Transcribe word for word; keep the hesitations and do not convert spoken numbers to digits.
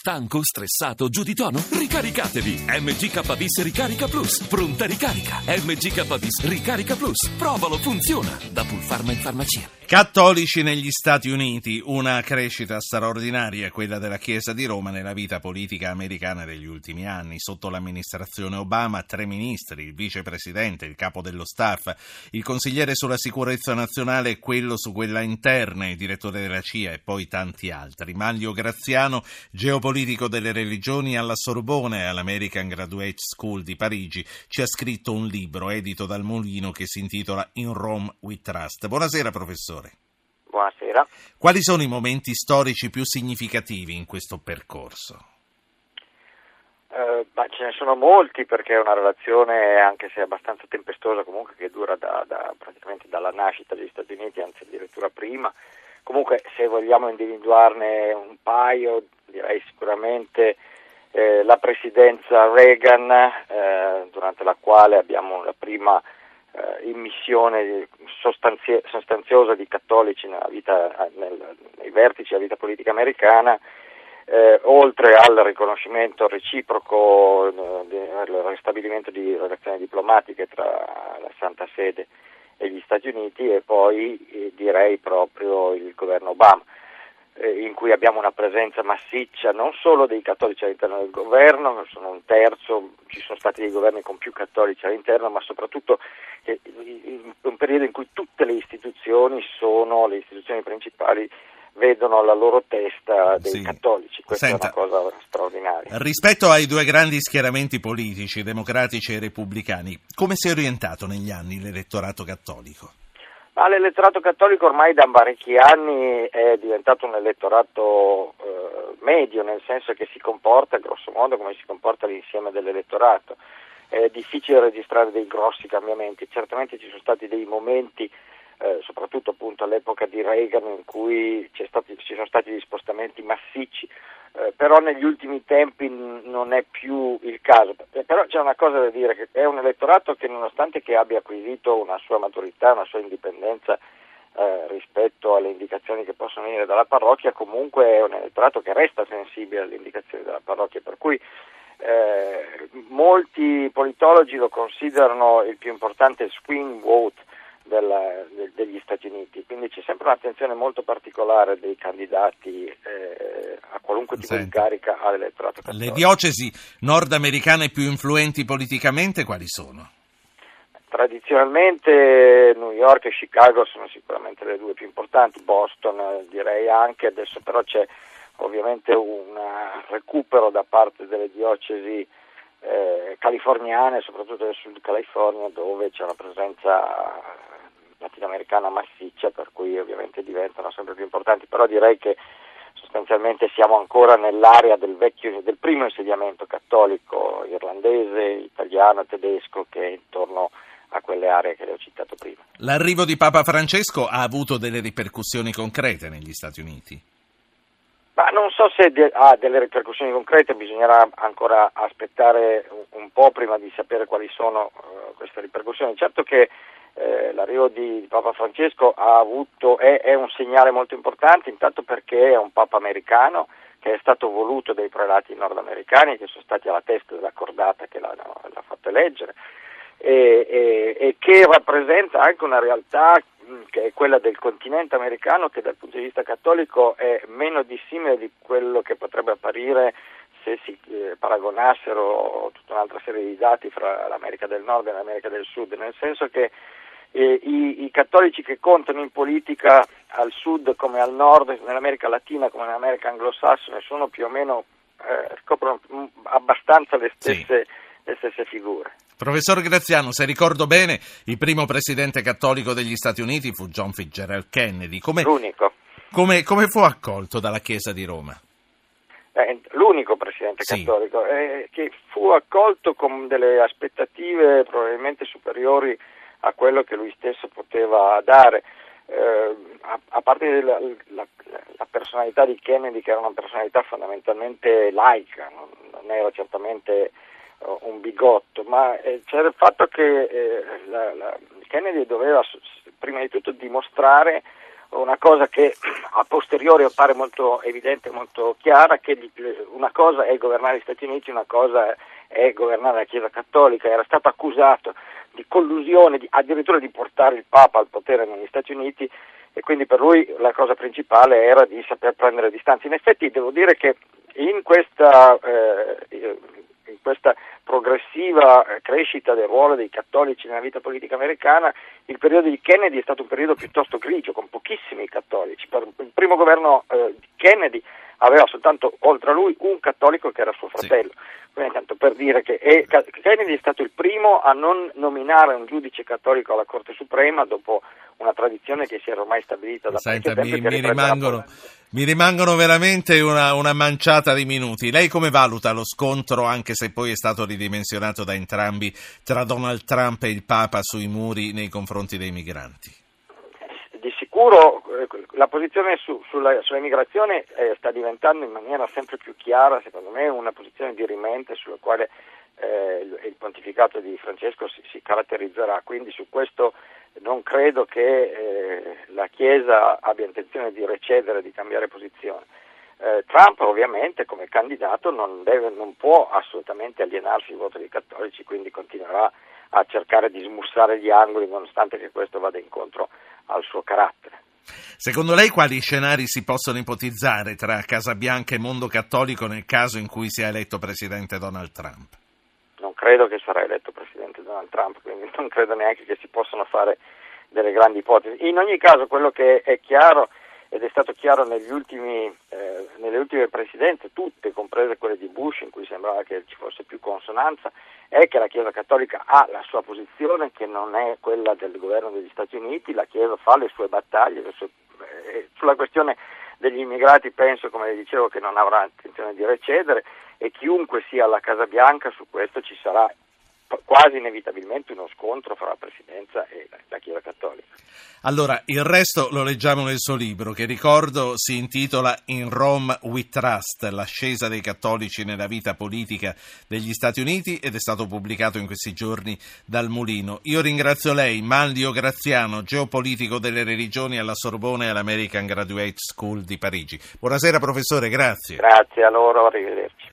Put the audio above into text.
Stanco, stressato, giù di tono? Ricaricatevi! M G K Bis Ricarica Plus. Pronta ricarica. M G K Bis Ricarica Plus. Provalo, funziona. Da Pulpharma in farmacia. Cattolici negli Stati Uniti, una crescita straordinaria, quella della Chiesa di Roma nella vita politica americana degli ultimi anni. Sotto l'amministrazione Obama, tre ministri, il vicepresidente, il capo dello staff, il consigliere sulla sicurezza nazionale e quello su quella interna, il direttore della C I A e poi tanti altri. Manlio Graziano, geopolitico delle religioni alla Sorbona e all'American Graduate School di Parigi, ci ha scritto un libro edito dal Mulino che si intitola In Rome We Trust. Buonasera professore. Buonasera. Quali sono i momenti storici più significativi in questo percorso? Eh, ma ce ne sono molti, perché è una relazione, anche se abbastanza tempestosa, comunque che dura da, da praticamente dalla nascita degli Stati Uniti, anzi addirittura prima. Comunque, se vogliamo individuarne un paio, direi sicuramente eh, la presidenza Reagan, eh, durante la quale abbiamo la prima eh, immissione sostanzie, sostanziosa di cattolici nella vita, nel, nei vertici della vita politica americana, eh, oltre al riconoscimento reciproco, eh, al ristabilimento di relazioni diplomatiche tra la Santa Sede e gli Stati Uniti, e poi eh, direi proprio il governo Obama, eh, in cui abbiamo una presenza massiccia non solo dei cattolici all'interno del governo, sono un terzo, ci sono stati dei governi con più cattolici all'interno, ma soprattutto eh, in un periodo in cui tutte le istituzioni sono, le istituzioni principali vedono la loro testa dei sì. cattolici. Questa Senta, è una cosa straordinaria. Rispetto ai due grandi schieramenti politici, democratici e repubblicani, come si è orientato negli anni l'elettorato cattolico? Ma l'elettorato cattolico ormai da parecchi anni è diventato un elettorato eh, medio, nel senso che si comporta grosso modo come si comporta l'insieme dell'elettorato. È difficile registrare dei grossi cambiamenti, certamente ci sono stati dei momenti, Eh, soprattutto appunto all'epoca di Reagan, in cui c'è stati, ci sono stati degli spostamenti massicci, eh, però negli ultimi tempi n- non è più il caso. Eh, però c'è una cosa da dire, che è un elettorato che, nonostante che abbia acquisito una sua maturità, una sua indipendenza eh, rispetto alle indicazioni che possono venire dalla parrocchia, comunque è un elettorato che resta sensibile alle indicazioni della parrocchia, per cui eh, molti politologi lo considerano il più importante swing vote Della, de, degli Stati Uniti, quindi c'è sempre un'attenzione molto particolare dei candidati eh, a qualunque tipo Senta. di carica all'elettorato cattolico. Le diocesi nordamericane più influenti politicamente quali sono? Tradizionalmente New York e Chicago sono sicuramente le due più importanti, Boston eh, direi anche, adesso però c'è ovviamente un recupero da parte delle diocesi eh, californiane, soprattutto del Sud California, dove c'è una presenza latinoamericana massiccia, per cui ovviamente diventano sempre più importanti, però direi che sostanzialmente siamo ancora nell'area del vecchio, del primo insediamento cattolico irlandese, italiano, tedesco, che è intorno a quelle aree che le ho citato prima. L'arrivo di Papa Francesco ha avuto delle ripercussioni concrete negli Stati Uniti? Ma non so se de- ha delle ripercussioni concrete, bisognerà ancora aspettare un, un po' prima di sapere quali sono uh, queste ripercussioni. Certo che eh, l'arrivo di Papa Francesco ha avuto, è, è un segnale molto importante, intanto perché è un Papa americano che è stato voluto dai prelati nordamericani, che sono stati alla testa della cordata che l'hanno, l'ha fatto eleggere, e, e, e che rappresenta anche una realtà che è quella del continente americano, che dal punto di vista cattolico è meno dissimile di quello che potrebbe apparire se si eh, paragonassero tutta un'altra serie di dati fra l'America del Nord e l'America del Sud, nel senso che eh, i, i cattolici che contano in politica al Sud come al Nord, nell'America Latina come nell'America anglosassone, sono più o meno, eh, scoprono abbastanza le stesse, sì. le stesse figure. Professor Graziano, se ricordo bene, il primo presidente cattolico degli Stati Uniti fu John Fitzgerald Kennedy. Come, L'unico. Come, come fu accolto dalla Chiesa di Roma? Eh, l'unico presidente sì. cattolico, eh, che fu accolto con delle aspettative probabilmente superiori a quello che lui stesso poteva dare. Eh, a, a parte la, la, la personalità di Kennedy, che era una personalità fondamentalmente laica, non, non era certamente un bigotto, ma eh, c'era il fatto che eh, la, la, Kennedy doveva prima di tutto dimostrare una cosa che a posteriori appare molto evidente, molto chiara, che una cosa è governare gli Stati Uniti, una cosa è governare la Chiesa Cattolica. Era stato accusato di collusione, di, addirittura di portare il Papa al potere negli Stati Uniti, e quindi per lui la cosa principale era di saper prendere distanze. In effetti devo dire che in questa, eh, in questa progressiva crescita del ruolo dei cattolici nella vita politica americana, il periodo di Kennedy è stato un periodo piuttosto grigio, con pochissimi cattolici. Per il primo governo eh, di Kennedy aveva soltanto, oltre a lui, un cattolico che era suo fratello. Sì. Quindi, tanto per dire che e, Kennedy è stato il primo a non nominare un giudice cattolico alla Corte Suprema, dopo una tradizione che si era ormai stabilita da Senta, parecchio tempo. Mi, mi, rimangono, mi rimangono veramente una, una manciata di minuti. Lei come valuta lo scontro, anche se poi è stato ridimensionato da entrambi, tra Donald Trump e il Papa sui muri nei confronti dei migranti? Di sicuro eh, la posizione su, sulla, sull'immigrazione eh, sta diventando in maniera sempre più chiara, secondo me, una posizione dirimente sulla quale eh, il, il pontificato di Francesco si, si caratterizzerà, quindi su questo non credo che eh, la Chiesa abbia intenzione di recedere, di cambiare posizione. Eh, Trump ovviamente come candidato non, deve, non può assolutamente alienarsi il voto dei cattolici, quindi continuerà a cercare di smussare gli angoli, nonostante che questo vada incontro al suo carattere. Secondo lei quali scenari si possono ipotizzare tra Casa Bianca e mondo cattolico nel caso in cui sia eletto presidente Donald Trump? Non credo che sarà eletto presidente Donald Trump, quindi non credo neanche che si possano fare delle grandi ipotesi. In ogni caso quello che è chiaro, ed è stato chiaro negli ultimi, eh, nelle ultime presidenze, tutte, comprese quelle di Bush, in cui sembrava che ci fosse più consonanza, è che la Chiesa Cattolica ha la sua posizione, che non è quella del governo degli Stati Uniti. La Chiesa fa le sue battaglie, le sue, eh, sulla questione degli immigrati penso, come le dicevo, che non avrà intenzione di recedere, e chiunque sia alla Casa Bianca su questo ci sarà quasi inevitabilmente uno scontro fra la Presidenza e la Chiesa Cattolica. Allora, il resto lo leggiamo nel suo libro, che ricordo si intitola In Rome We Trust, l'ascesa dei cattolici nella vita politica degli Stati Uniti, ed è stato pubblicato in questi giorni dal Mulino. Io ringrazio lei, Manlio Graziano, geopolitico delle religioni alla Sorbonne e all'American Graduate School di Parigi. Buonasera professore, grazie. Grazie a loro, arrivederci.